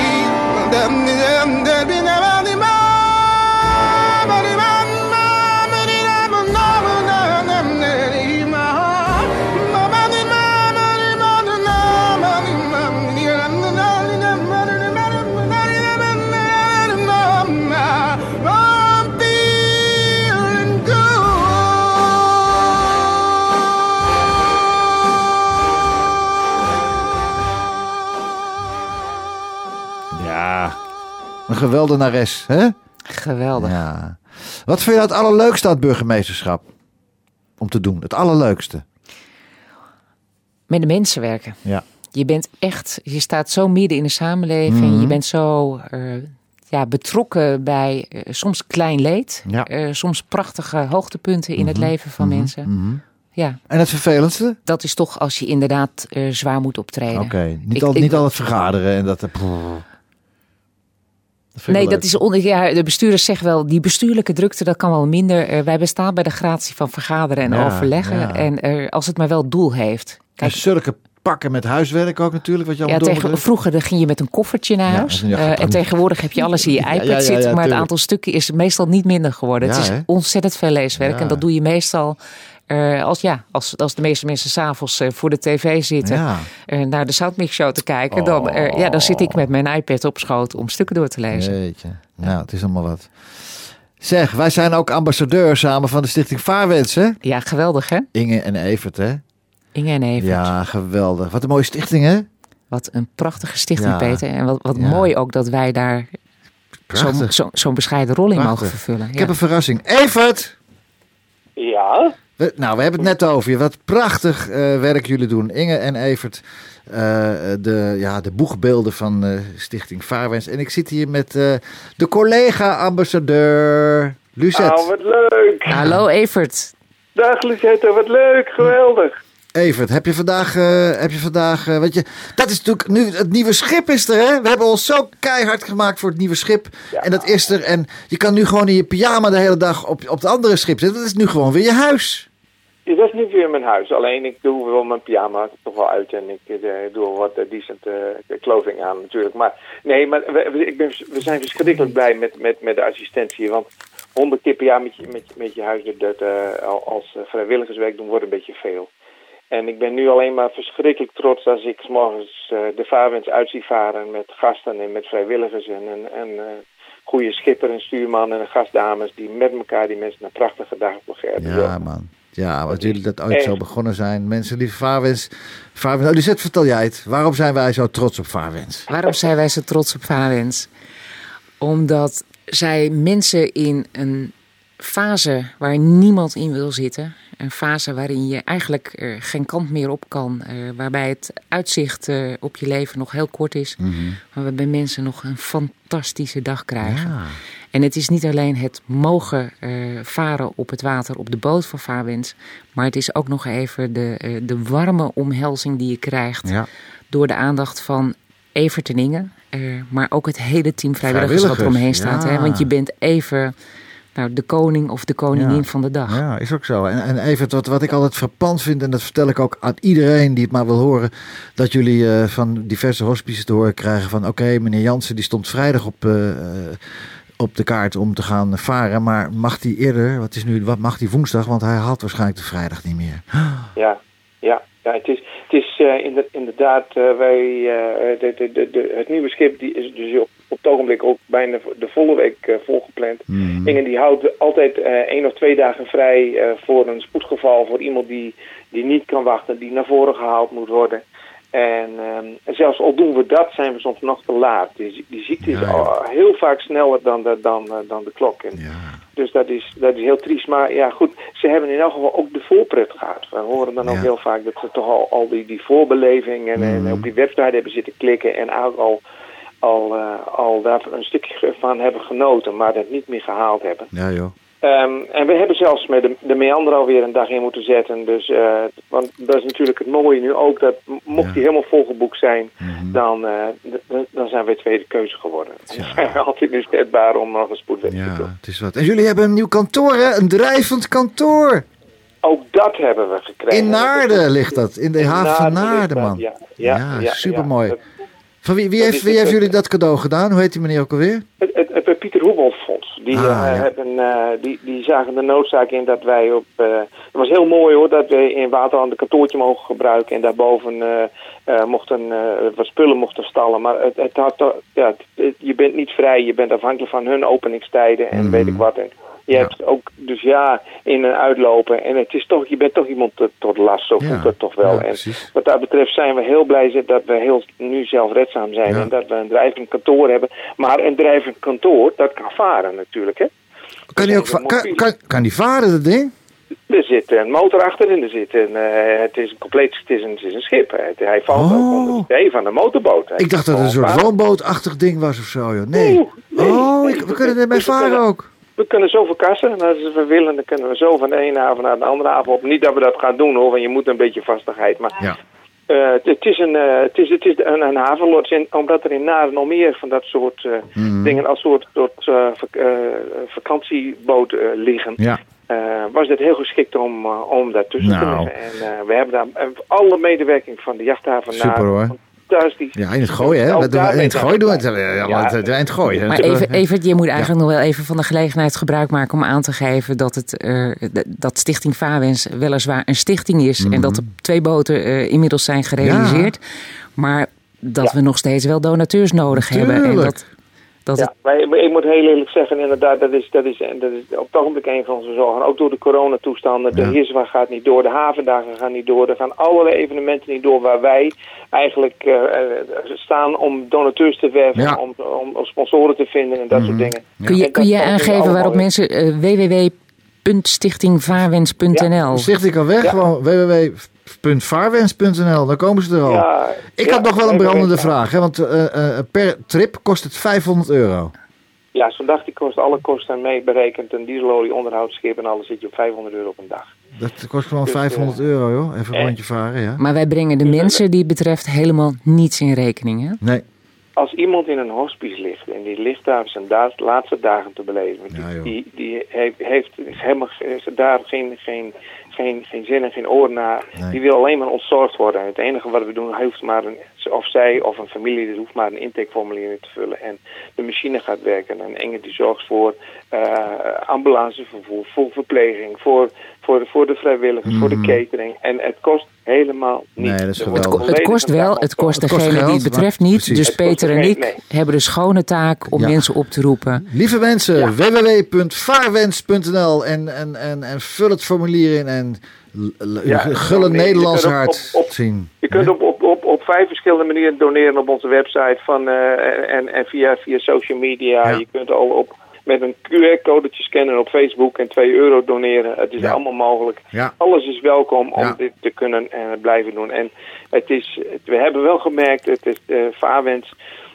Een geweldenares, hè? Geweldig. Ja. Wat vind je het allerleukste aan het burgemeesterschap? Om te doen, het allerleukste? Met de mensen werken. Ja. Je bent echt, je staat zo midden in de samenleving. Mm-hmm. Je bent zo betrokken bij soms klein leed. Ja. Soms prachtige hoogtepunten in het leven van mensen. Mm-hmm. Ja. En het vervelendste? Dat is toch als je inderdaad zwaar moet optreden. Oké, niet al het vergaderen en dat... Nee, dat is de bestuurders zeggen wel, die bestuurlijke drukte, dat kan wel minder. Wij bestaan bij de gratie van vergaderen en overleggen. Ja. En als het maar wel doel heeft. Kijk, en zulke pakken met huiswerk ook natuurlijk. Wat je allemaal vroeger ging je met een koffertje naar huis. En tegenwoordig heb je alles in je iPad zitten. Maar het aantal stukken is meestal niet minder geworden. Het is ontzettend veel leeswerk. Ja. En dat doe je meestal... Als de meeste mensen 's avonds voor de tv zitten naar de Soundmix Show te kijken, dan zit ik met mijn iPad op schoot om stukken door te lezen. Jeetje. Nou, het is allemaal wat. Zeg, wij zijn ook ambassadeur samen van de Stichting Vaarwens, hè? Ja, geweldig, hè? Inge en Evert, hè? Inge en Evert. Ja, geweldig. Wat een mooie stichting, hè? Wat een prachtige stichting, Peter. En wat mooi ook dat wij daar zo'n bescheiden rol in mogen vervullen. Ik heb een verrassing. Evert! Ja? We hebben het net over je. Wat prachtig werk jullie doen. Inge en Evert. De boegbeelden van Stichting Vaarwens. En ik zit hier met de collega-ambassadeur Lucette. Oh, wat leuk. Hallo Evert. Dag Lucette, wat leuk. Geweldig. Evert, heb je vandaag weet je, dat is natuurlijk nu, het nieuwe schip is er, hè? We hebben ons zo keihard gemaakt voor het nieuwe schip. Ja. En dat is er. En je kan nu gewoon in je pyjama de hele dag op het andere schip zitten. Dat is nu gewoon weer je huis. Ja, dat is nu weer mijn huis. Alleen ik doe wel mijn pyjama toch wel uit en ik doe wel wat decent clothing aan natuurlijk. Maar nee, we zijn verschrikkelijk blij met de assistentie. Want 100 keer per jaar met je huis als vrijwilligerswerk doen wordt een beetje veel. En ik ben nu alleen maar verschrikkelijk trots als ik 's morgens de Vaarwens uit zie varen met gasten en met vrijwilligers en goede schipper en stuurman en gastdames die met elkaar die mensen een prachtige dag begrijpen. Ja, man. Ja, wat jullie dat ooit zo begonnen zijn. Mensen lieve Vaarwens. Nou, Lucette, vertel jij het. Waarom zijn wij zo trots op Vaarwens? Waarom zijn wij zo trots op Vaarwens? Omdat zij mensen in een fase waar niemand in wil zitten. Een fase waarin je eigenlijk geen kant meer op kan. Waarbij het uitzicht op je leven nog heel kort is. Mm-hmm. Maar waarbij mensen nog een fantastische dag krijgen. Ja. En het is niet alleen het mogen varen op het water op de boot van Vaarwens. Maar het is ook nog even de warme omhelzing die je krijgt. Ja. Door de aandacht van Evert en Inge. Maar ook het hele team vrijwilligers wat eromheen staat. Ja. Hè? Want je bent even de koning of de koningin van de dag. Ja, is ook zo. En even wat ik altijd frappant vind, en dat vertel ik ook aan iedereen die het maar wil horen, dat jullie van diverse hospices te horen krijgen van oké, meneer Jansen die stond vrijdag op de kaart om te gaan varen, maar mag hij eerder, wat mag hij woensdag, want hij haalt waarschijnlijk de vrijdag niet meer. Ja, het is inderdaad, het nieuwe schip die is dus op het ogenblik ook bijna de volle week volgepland. Ingen die houdt altijd 1 of 2 dagen vrij voor een spoedgeval, voor iemand die niet kan wachten, die naar voren gehaald moet worden. En zelfs al doen we dat, zijn we soms nog te laat. Die ziekte is al heel vaak sneller dan de klok. Dus dat is heel triest. Maar ja, goed, ze hebben in elk geval ook de voorpret gehad. We horen dan ook heel vaak dat ze toch al die voorbeleving en op die website hebben zitten klikken en eigenlijk al daar een stukje van hebben genoten, maar dat niet meer gehaald hebben. Ja, joh. En we hebben zelfs met de meander alweer een dag in moeten zetten. Dus, want dat is natuurlijk het mooie nu ook. Dat mocht die helemaal volgeboekt zijn, dan zijn wij tweede keuze geworden. Dan zijn we altijd nu zetbaar om nog een spoedwet te doen. Het is wat. En jullie hebben een nieuw kantoor, hè? Een drijvend kantoor. Ook dat hebben we gekregen. In Naarden ligt dat. In de haven van Naarden, man. Ja, supermooi. Ja. Van wie heeft jullie dat cadeau gedaan? Hoe heet die meneer ook alweer? Het Pieter Hoebold Fonds. Die zagen de noodzaak in dat wij het was heel mooi hoor, dat we in Waterland een kantoortje mogen gebruiken. En daarboven wat spullen mochten stallen. Maar je bent niet vrij. Je bent afhankelijk van hun openingstijden en weet ik wat. En je hebt ook dus in en uitlopen. En het is toch, je bent toch iemand tot last. Zo voelt dat toch wel. En wat dat betreft zijn we heel blij dat we nu zelfredzaam zijn. En dat we een drijvend kantoor hebben. Maar een drijvend kantoor, dat kan varen natuurlijk. Hè? Kan die varen, dat ding? Er zit een motor achter en het is een schip. Hij valt ook onder het idee van de motorboot. Ik dacht dat het een soort woonbootachtig ding was of zo. Joh. Nee. We kunnen ermee varen ook. We kunnen zo verkassen. En als we willen, dan kunnen we zo van de ene haven naar de andere haven op. Niet dat we dat gaan doen hoor, want je moet een beetje vastigheid. Maar het is een havenlots. Omdat er in Naarden nog meer van dat soort dingen als soort vakantieboot liggen. Ja. Was het heel geschikt om daartussen te liggen. En we hebben daar alle medewerking van de jachthaven Super hoor. Ja, in het gooien, hè? In het gooien doen we het. In het gooien. Maar even, je moet eigenlijk nog wel even van de gelegenheid gebruik maken om aan te geven dat Stichting Vaarwens weliswaar een stichting is en dat er 2 boten inmiddels zijn gerealiseerd. Ja. Maar dat we nog steeds wel donateurs nodig hebben. En ik moet heel eerlijk zeggen, inderdaad, dat is op het ogenblik een van onze zorgen. Ook door de coronatoestanden, de Heerswacht gaat niet door, de havendagen gaan niet door. Er gaan allerlei evenementen niet door waar wij eigenlijk staan om donateurs te werven, om sponsoren te vinden en dat soort dingen. Ja. Kun je aangeven waarop mensen www.stichtingvaarwens.nl Stichting kan weg, gewoon www.vaarwens.nl, dan komen ze er al. Ik had nog wel een brandende vraag, hè, want per trip kost het €500. Ja, zo'n dag die kost alle kosten mee berekend, een dieselolie, onderhoudsschip en alles zit je op €500 op een dag. Dat kost gewoon €500, joh. Even een rondje varen, ja. Maar wij brengen de mensen die het betreft helemaal niets in rekening, hè? Nee. Als iemand in een hospice ligt en die ligt daar zijn laatste dagen te beleven, die heeft helemaal daar geen zin en geen oor naar. Nee. Die wil alleen maar ontzorgd worden. En het enige wat we doen, hoeft maar of zij of een familie, die hoeft maar een intakeformulier in te vullen. En de machine gaat werken. En Inge die zorgt voor ambulancevervoer, voor verpleging, voor de vrijwilligers, voor de catering. En het kost helemaal niets. Nee, dat is geweldig. Het kost wel, het kost degene die het betreft niet. Precies. Dus Peter en ik hebben de schone taak om mensen op te roepen. Lieve mensen, www.vaarwens.nl en vul het formulier in en gulle Nederlands hart zien. Je kunt op 5 verschillende manieren doneren op onze website en via social media. Ja. Je kunt al met een QR-codetje scannen op Facebook en €2 doneren. Het is allemaal mogelijk. Ja. Alles is welkom om dit te kunnen blijven doen. En we hebben wel gemerkt, het is Vaarwens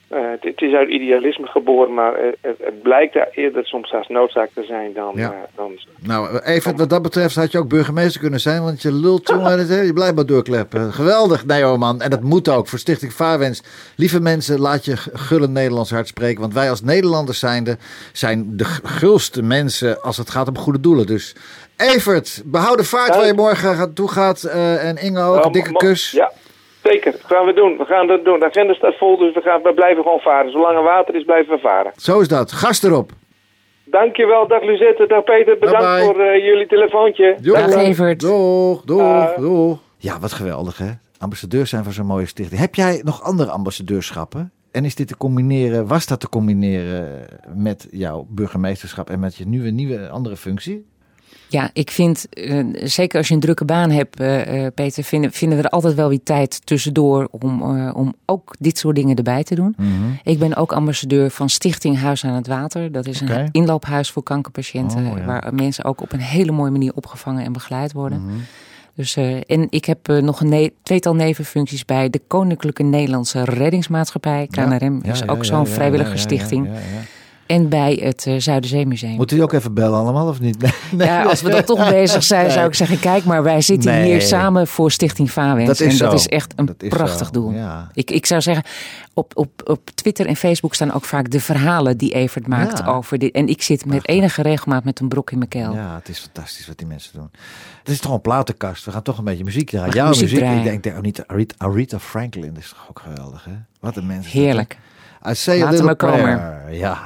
Het is uit idealisme geboren, maar het blijkt daar eerder soms als noodzaak te zijn dan... Nou, even wat dat betreft had je ook burgemeester kunnen zijn, want je lult, jongen, je blijft maar doorkleppen. Geweldig, Neo, man. En dat moet ook voor Stichting Vaarwens. Lieve mensen, laat je gulle Nederlands hart spreken, want wij als Nederlanders zijn de gulste mensen als het gaat om goede doelen. Dus Evert, behoud de vaart waar je morgen toe gaat. En Inge ook, een dikke kus. Ja. Zeker, dat gaan we doen. We gaan dat doen. De agenda staat vol, dus we blijven gewoon varen. Zolang er water is, blijven we varen. Zo is dat. Gas erop. Dankjewel, dag Luzette, dag Peter. Bedankt voor jullie telefoontje. Dag Evert. Doeg. Ja, wat geweldig, hè? Ambassadeur zijn van zo'n mooie stichting. Heb jij nog andere ambassadeurschappen? En is dit was dat te combineren met jouw burgemeesterschap en met je nieuwe andere functie? Ja, ik vind, zeker als je een drukke baan hebt, Peter, vinden we er altijd wel weer tijd tussendoor om ook dit soort dingen erbij te doen. Mm-hmm. Ik ben ook ambassadeur van Stichting Huis aan het Water. Dat is een inloophuis voor kankerpatiënten, waar mensen ook op een hele mooie manier opgevangen en begeleid worden. Mm-hmm. Dus, en ik heb nog een tweetal nevenfuncties bij de Koninklijke Nederlandse Reddingsmaatschappij. KNRM is ook zo'n vrijwillige stichting. Ja. En bij het Zuiderzeemuseum. Moet u ook even bellen allemaal of niet? Nee. Ja, als we dan toch bezig zijn, zou ik zeggen, kijk maar, wij zitten hier samen voor Stichting Vaarwens. Dat is echt een prachtig doel. Ja. Ik zou zeggen, op Twitter en Facebook staan ook vaak de verhalen die Evert maakt over dit. En ik zit met enige regelmaat met een brok in mijn keel. Ja, het is fantastisch wat die mensen doen. Het is toch een platenkast. We gaan toch een beetje muziek draaien. Jouw muziek. Ik denk Aretha Franklin, dat is toch ook geweldig, hè? Wat een mens. Heerlijk. I say a little prayer. Ja.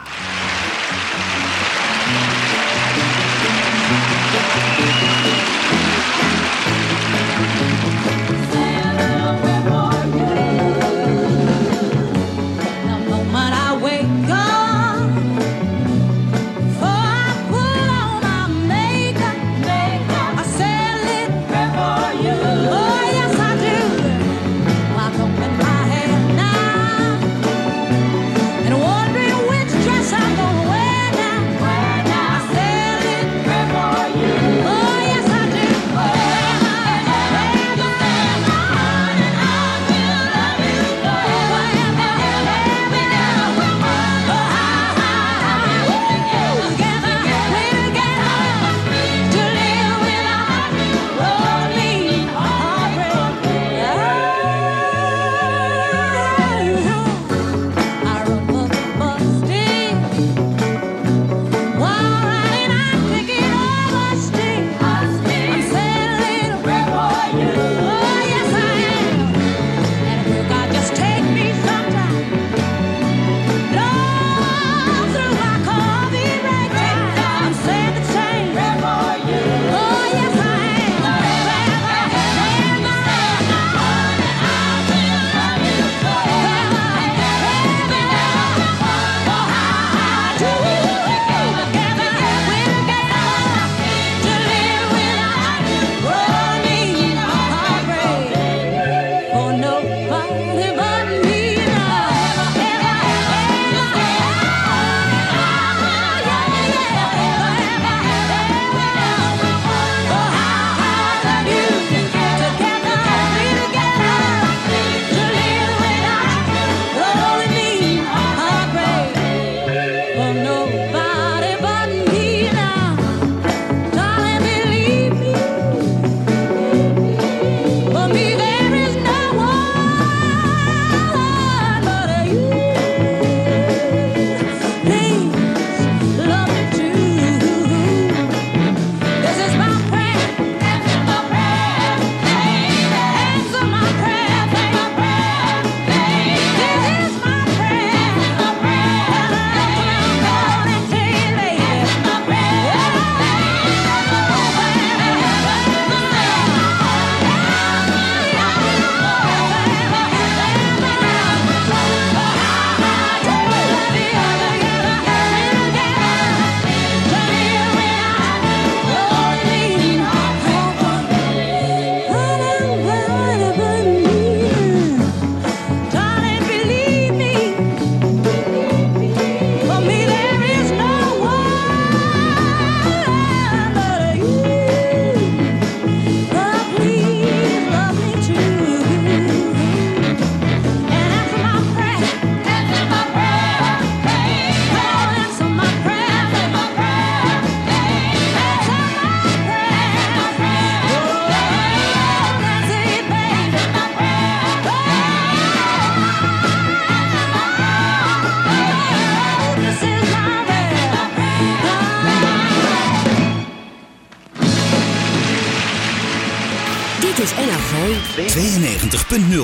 mooi. 92.0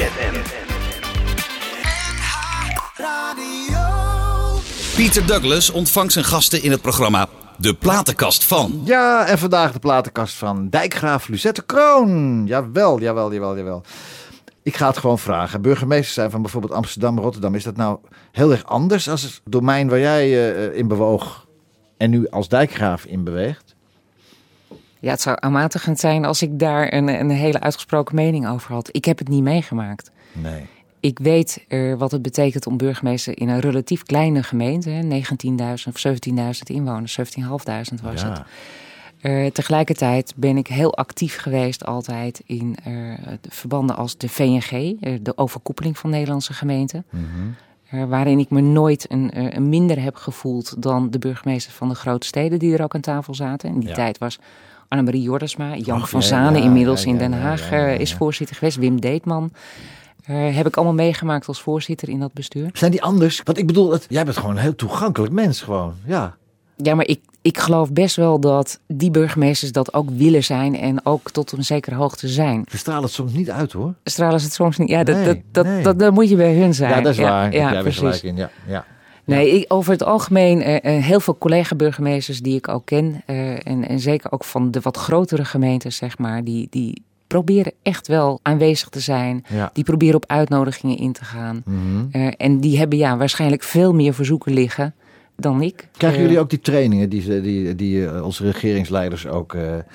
Pieter Douglas ontvangt zijn gasten in het programma De Platenkast van. Ja, en vandaag de platenkast van dijkgraaf Lucette Kroon. Jawel. Ik ga het gewoon vragen. Burgemeester zijn van bijvoorbeeld Amsterdam, Rotterdam. Is dat nou heel erg anders als het domein waar jij in bewoog en nu als dijkgraaf in beweegt? Ja, het zou aanmatigend zijn als ik daar een hele uitgesproken mening over had. Ik heb het niet meegemaakt. Nee. Ik weet wat het betekent om burgemeester in een relatief kleine gemeente, 19.000 of 17.000 inwoners, 17.500 was het. Tegelijkertijd ben ik heel actief geweest altijd in verbanden als de VNG, de overkoepeling van Nederlandse gemeenten. Mm-hmm. Waarin ik me nooit een minder heb gevoeld dan de burgemeester van de grote steden die er ook aan tafel zaten. In die tijd was Annemarie Jordansma, Jan van Zanen inmiddels in Den Haag is voorzitter geweest, Wim Deetman. Heb ik allemaal meegemaakt als voorzitter in dat bestuur. Zijn die anders? Want ik bedoel, jij bent gewoon een heel toegankelijk mens gewoon, ja. Ja, maar ik geloof best wel dat die burgemeesters dat ook willen zijn en ook tot een zekere hoogte zijn. Ze stralen het soms niet uit, hoor. Stralen ze het soms niet? Ja, dat moet je bij hun zijn. Ja, dat is waar. Ja, jij precies. Gelijk in. Ja. Nee, over het algemeen heel veel collega-burgemeesters die ik ook ken. En zeker ook van de wat grotere gemeentes, zeg maar, die proberen echt wel aanwezig te zijn. Ja. Die proberen op uitnodigingen in te gaan. Mm-hmm. En die hebben waarschijnlijk veel meer verzoeken liggen dan ik. Krijgen jullie ook die trainingen die onze regeringsleiders ook...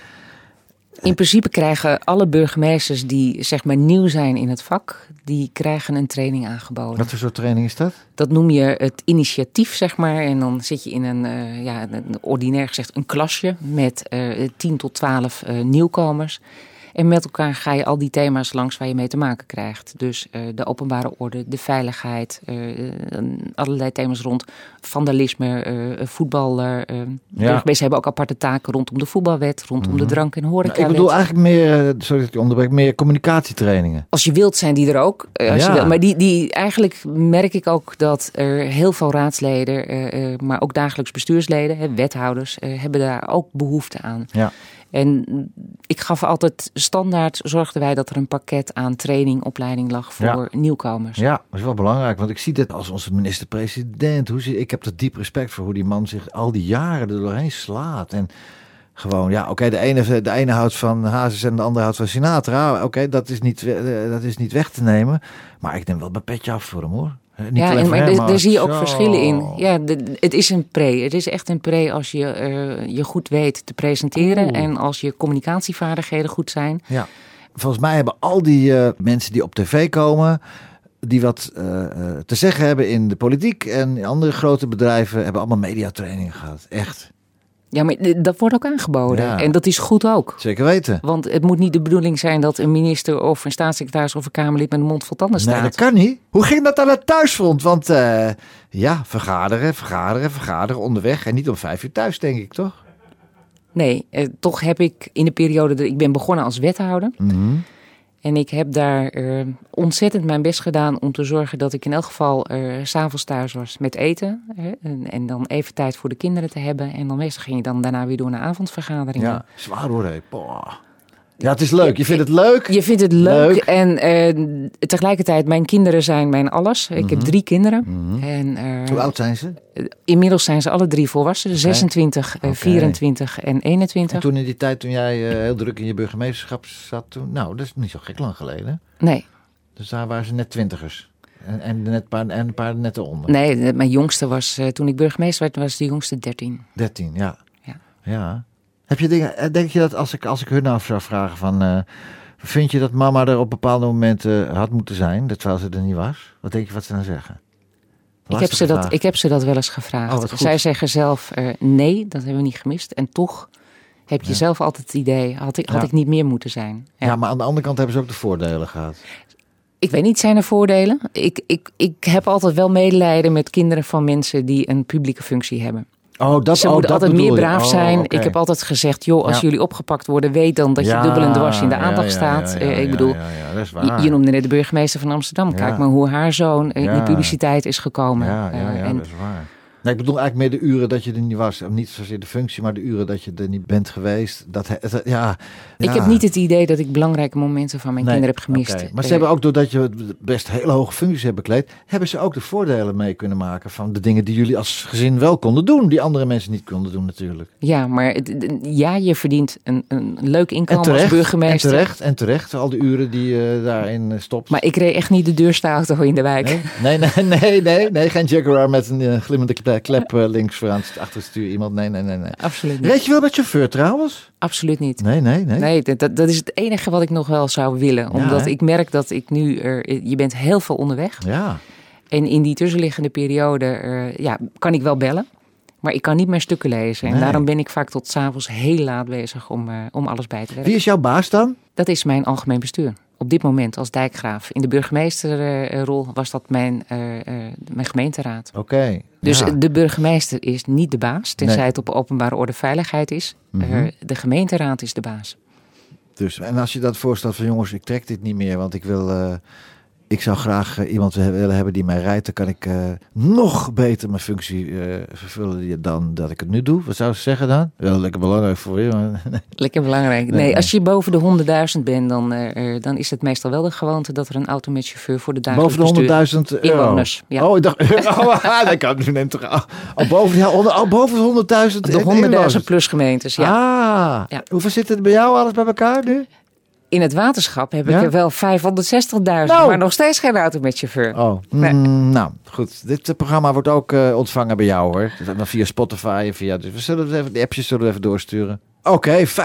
In principe krijgen alle burgemeesters die zeg maar nieuw zijn in het vak, die krijgen een training aangeboden. Wat voor soort training is dat? Dat noem je het initiatief, zeg maar. En dan zit je in een ordinair gezegd een klasje met 10 tot 12 nieuwkomers. En met elkaar ga je al die thema's langs waar je mee te maken krijgt. Dus de openbare orde, de veiligheid, allerlei thema's rond vandalisme, voetbal. Burgemeesters hebben ook aparte taken rondom de voetbalwet, rondom de drank- en horecawet. Ik bedoel eigenlijk meer, sorry dat ik je onderbreek, meer communicatietrainingen. Als je wilt zijn die er ook. Je wilt. Maar die eigenlijk merk ik ook dat er heel veel raadsleden, maar ook dagelijks bestuursleden, wethouders, hebben daar ook behoefte aan. Ja. En ik gaf altijd standaard, zorgden wij dat er een pakket aan training, opleiding lag voor nieuwkomers. Ja, dat is wel belangrijk, want ik zie dit als onze minister-president. Ik heb er diep respect voor hoe die man zich al die jaren er doorheen slaat. En gewoon, de ene houdt van Hazes en de andere houdt van Sinatra. Dat is niet weg te nemen. Maar ik neem wel mijn petje af voor hem, hoor. Maar daar zie je ook verschillen in. Ja, het is een pre. Het is echt een pre als je goed weet te presenteren en als je communicatievaardigheden goed zijn. Ja. Volgens mij hebben al die mensen die op tv komen, die wat te zeggen hebben in de politiek en in andere grote bedrijven, hebben allemaal mediatrainingen gehad. Echt. Ja, maar dat wordt ook aangeboden. Ja. En dat is goed ook. Zeker weten. Want het moet niet de bedoeling zijn dat een minister of een staatssecretaris of een Kamerlid met een mond vol tanden staat. Nee, dat kan niet. Hoe ging dat aan het thuisfront? Want vergaderen onderweg en niet om 5 uur thuis, denk ik, toch? Nee, toch heb ik in de periode, ik ben begonnen als wethouder. Mm-hmm. En ik heb daar ontzettend mijn best gedaan om te zorgen dat ik in elk geval 's avonds thuis was met eten. En dan even tijd voor de kinderen te hebben. En dan meestal ging je dan daarna weer door naar avondvergaderingen. Ja, zwaar hoor. Ja, het is leuk. Je vindt het leuk? Je vindt het leuk. En tegelijkertijd, mijn kinderen zijn mijn alles. Ik heb 3 kinderen. Mm-hmm. En, hoe oud zijn ze? Inmiddels zijn ze alle 3 volwassen. 26, 24 en 21. En toen in die tijd, toen jij heel druk in je burgemeesterschap zat, dat is niet zo gek lang geleden. Nee. Dus daar waren ze net 20ers. En een paar net eronder. Nee, mijn jongste was, toen ik burgemeester werd, was de jongste 13. 13, ja. Heb je dingen, denk je dat als ik hun nou zou vragen van, vind je dat mama er op bepaalde momenten had moeten zijn, terwijl ze er niet was? Wat denk je wat ze dan zeggen? Ik heb ze dat wel eens gevraagd. Zij zeggen zelf, nee, dat hebben we niet gemist. En toch heb je zelf altijd het idee, had ik niet meer moeten zijn. Ja, maar aan de andere kant hebben ze ook de voordelen gehad. Ik weet niet, zijn er voordelen? Ik heb altijd wel medelijden met kinderen van mensen die een publieke functie hebben. Ze moeten altijd meer braaf zijn. Okay. Ik heb altijd gezegd, als jullie opgepakt worden, weet dan dat je dubbel en dwars in de aandacht staat. Ik bedoel, dat is waar. Je noemde net de burgemeester van Amsterdam. Kijk maar hoe haar zoon in de publiciteit is gekomen. Dat is waar. Nou, ik bedoel eigenlijk meer de uren dat je er niet was. Niet zozeer de functie, maar de uren dat je er niet bent geweest. Ik heb niet het idee dat ik belangrijke momenten van mijn kinderen heb gemist. Okay. Maar ze hebben ook, doordat je best hele hoge functies hebt bekleed, hebben ze ook de voordelen mee kunnen maken van de dingen die jullie als gezin wel konden doen, die andere mensen niet konden doen natuurlijk. Ja, maar je verdient een leuk inkomen als burgemeester. En terecht, al die uren die je daarin stopt. Maar ik reed echt niet de deurstaalauto in de wijk. Nee, geen Jaguar met een glimmende klep links vooraan achter het stuur iemand. Nee. Absoluut niet. Reed je wel met chauffeur trouwens? Absoluut niet. Nee, dat is het enige wat ik nog wel zou willen. Omdat ik merk dat ik nu je bent heel veel onderweg. Ja. En in die tussenliggende periode kan ik wel bellen. Maar ik kan niet meer stukken lezen. En daarom ben ik vaak tot 's avonds heel laat bezig om alles bij te werken. Wie is jouw baas dan? Dat is mijn algemeen bestuur. Op dit moment als dijkgraaf. In de burgemeesterrol was dat mijn gemeenteraad. Oké. Dus de burgemeester is niet de baas. Tenzij het op openbare orde veiligheid is. De gemeenteraad is de baas. Dus, en als je dat voorstelt van jongens, ik trek dit niet meer. Want ik zou graag iemand willen hebben die mij rijdt. Dan kan ik nog beter mijn functie vervullen dan dat ik het nu doe. Wat zou ze zeggen dan? Wel lekker belangrijk voor je. Maar... Lekker belangrijk. Nee, als je boven de 100.000 bent, dan is het meestal wel de gewoonte dat er een auto met chauffeur voor de dagelijks bestuur... Boven de 100.000 euro? Inwoners, ja. Oh, ik dacht... dat kan nu neemt toch... boven de 100.000 De 100.000 plus gemeentes, ja. Ja. Hoeveel zit er bij jou alles bij elkaar nu? In het waterschap heb ik er wel 560.000, maar nog steeds geen auto met chauffeur. Oh, nee. Nou goed. Dit programma wordt ook ontvangen bij jou hoor. Via Spotify en via... Dus we zullen even, de appjes zullen we even doorsturen. Oké, 500.000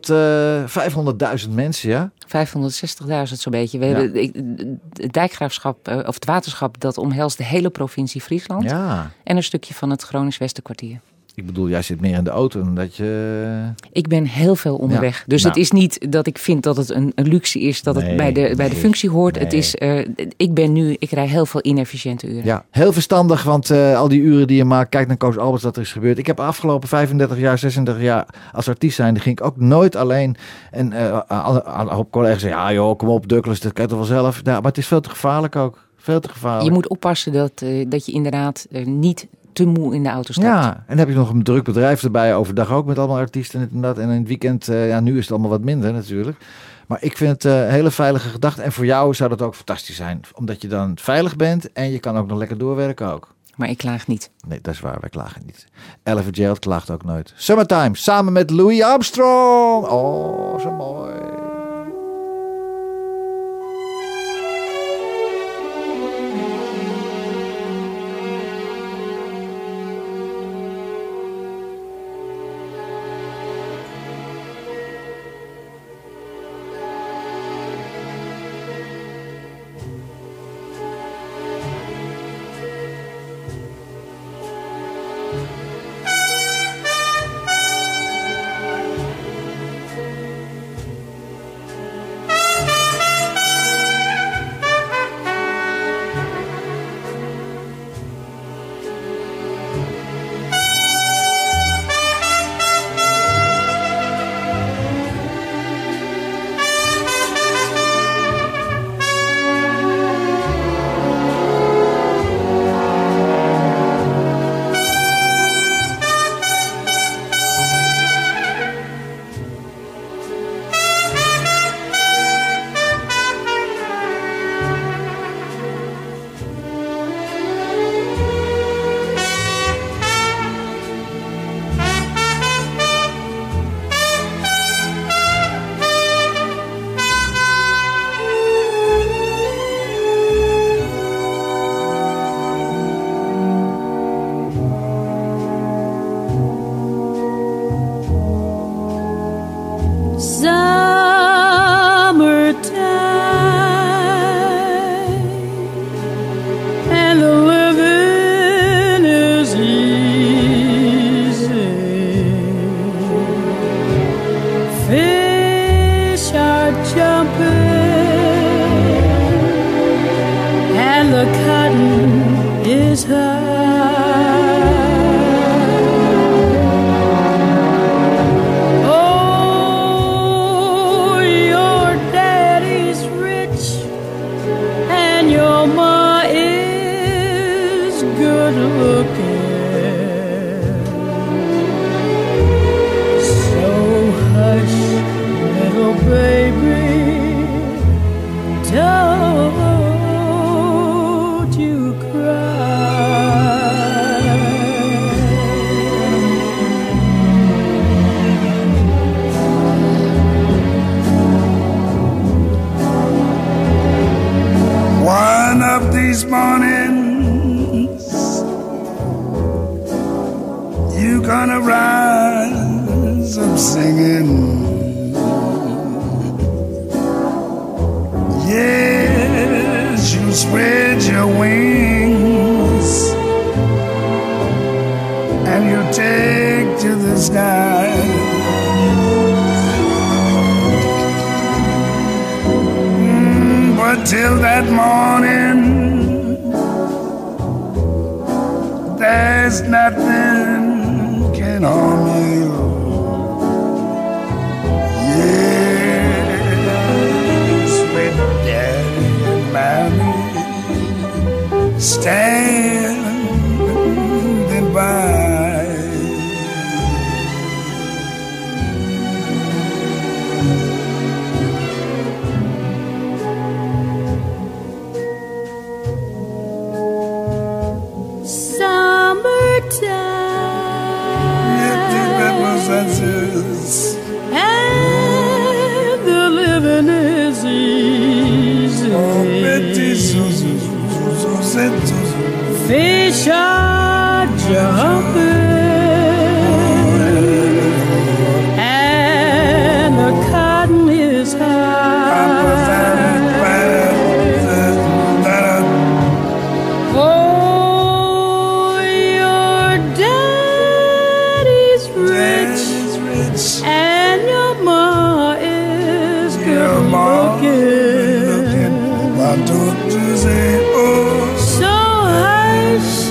mensen, ja? 560.000 zo'n beetje. We hebben het dijkgraafschap, of het waterschap, dat omhelst de hele provincie Friesland. Ja. En een stukje van het Gronings Westenkwartier. Ik bedoel, jij zit meer in de auto dan dat je... Ik ben heel veel onderweg. Dus het is niet dat ik vind dat het een luxe is dat het bij de functie hoort. Nee. Het is, ik rij heel veel inefficiënte uren. Ja, heel verstandig, want al die uren die je maakt, kijk naar Koos Alberts wat er is gebeurd. Ik heb afgelopen 36 jaar als artiest zijn, die ging ik ook nooit alleen. En op collega's zeggen, ja joh, kom op Douglas, dat kan je toch wel zelf. Ja, maar het is veel te gevaarlijk ook. Veel te gevaarlijk. Je moet oppassen dat je inderdaad niet te moe in de auto stapt. Ja, en dan heb je nog een druk bedrijf erbij overdag ook met allemaal artiesten en dat. En in het weekend, nu is het allemaal wat minder natuurlijk. Maar ik vind het een hele veilige gedachte. En voor jou zou dat ook fantastisch zijn. Omdat je dan veilig bent en je kan ook nog lekker doorwerken ook. Maar ik klaag niet. Nee, dat is waar, wij klagen niet. Ella Fitzgerald klaagt ook nooit. Summertime, samen met Louis Armstrong. Oh, zo mooi. Good looking. these mornings you gonna rise up singing. Yes, you spread your wings and you take to the sky. But till that morning, there's nothing can harm you. Yes, with Daddy and Mommy standing by. And the living is easy. Fish are jumping and the cotton is high. Oh, your daddy's rich. And your ma is good looking. My daughter say, oh. So hush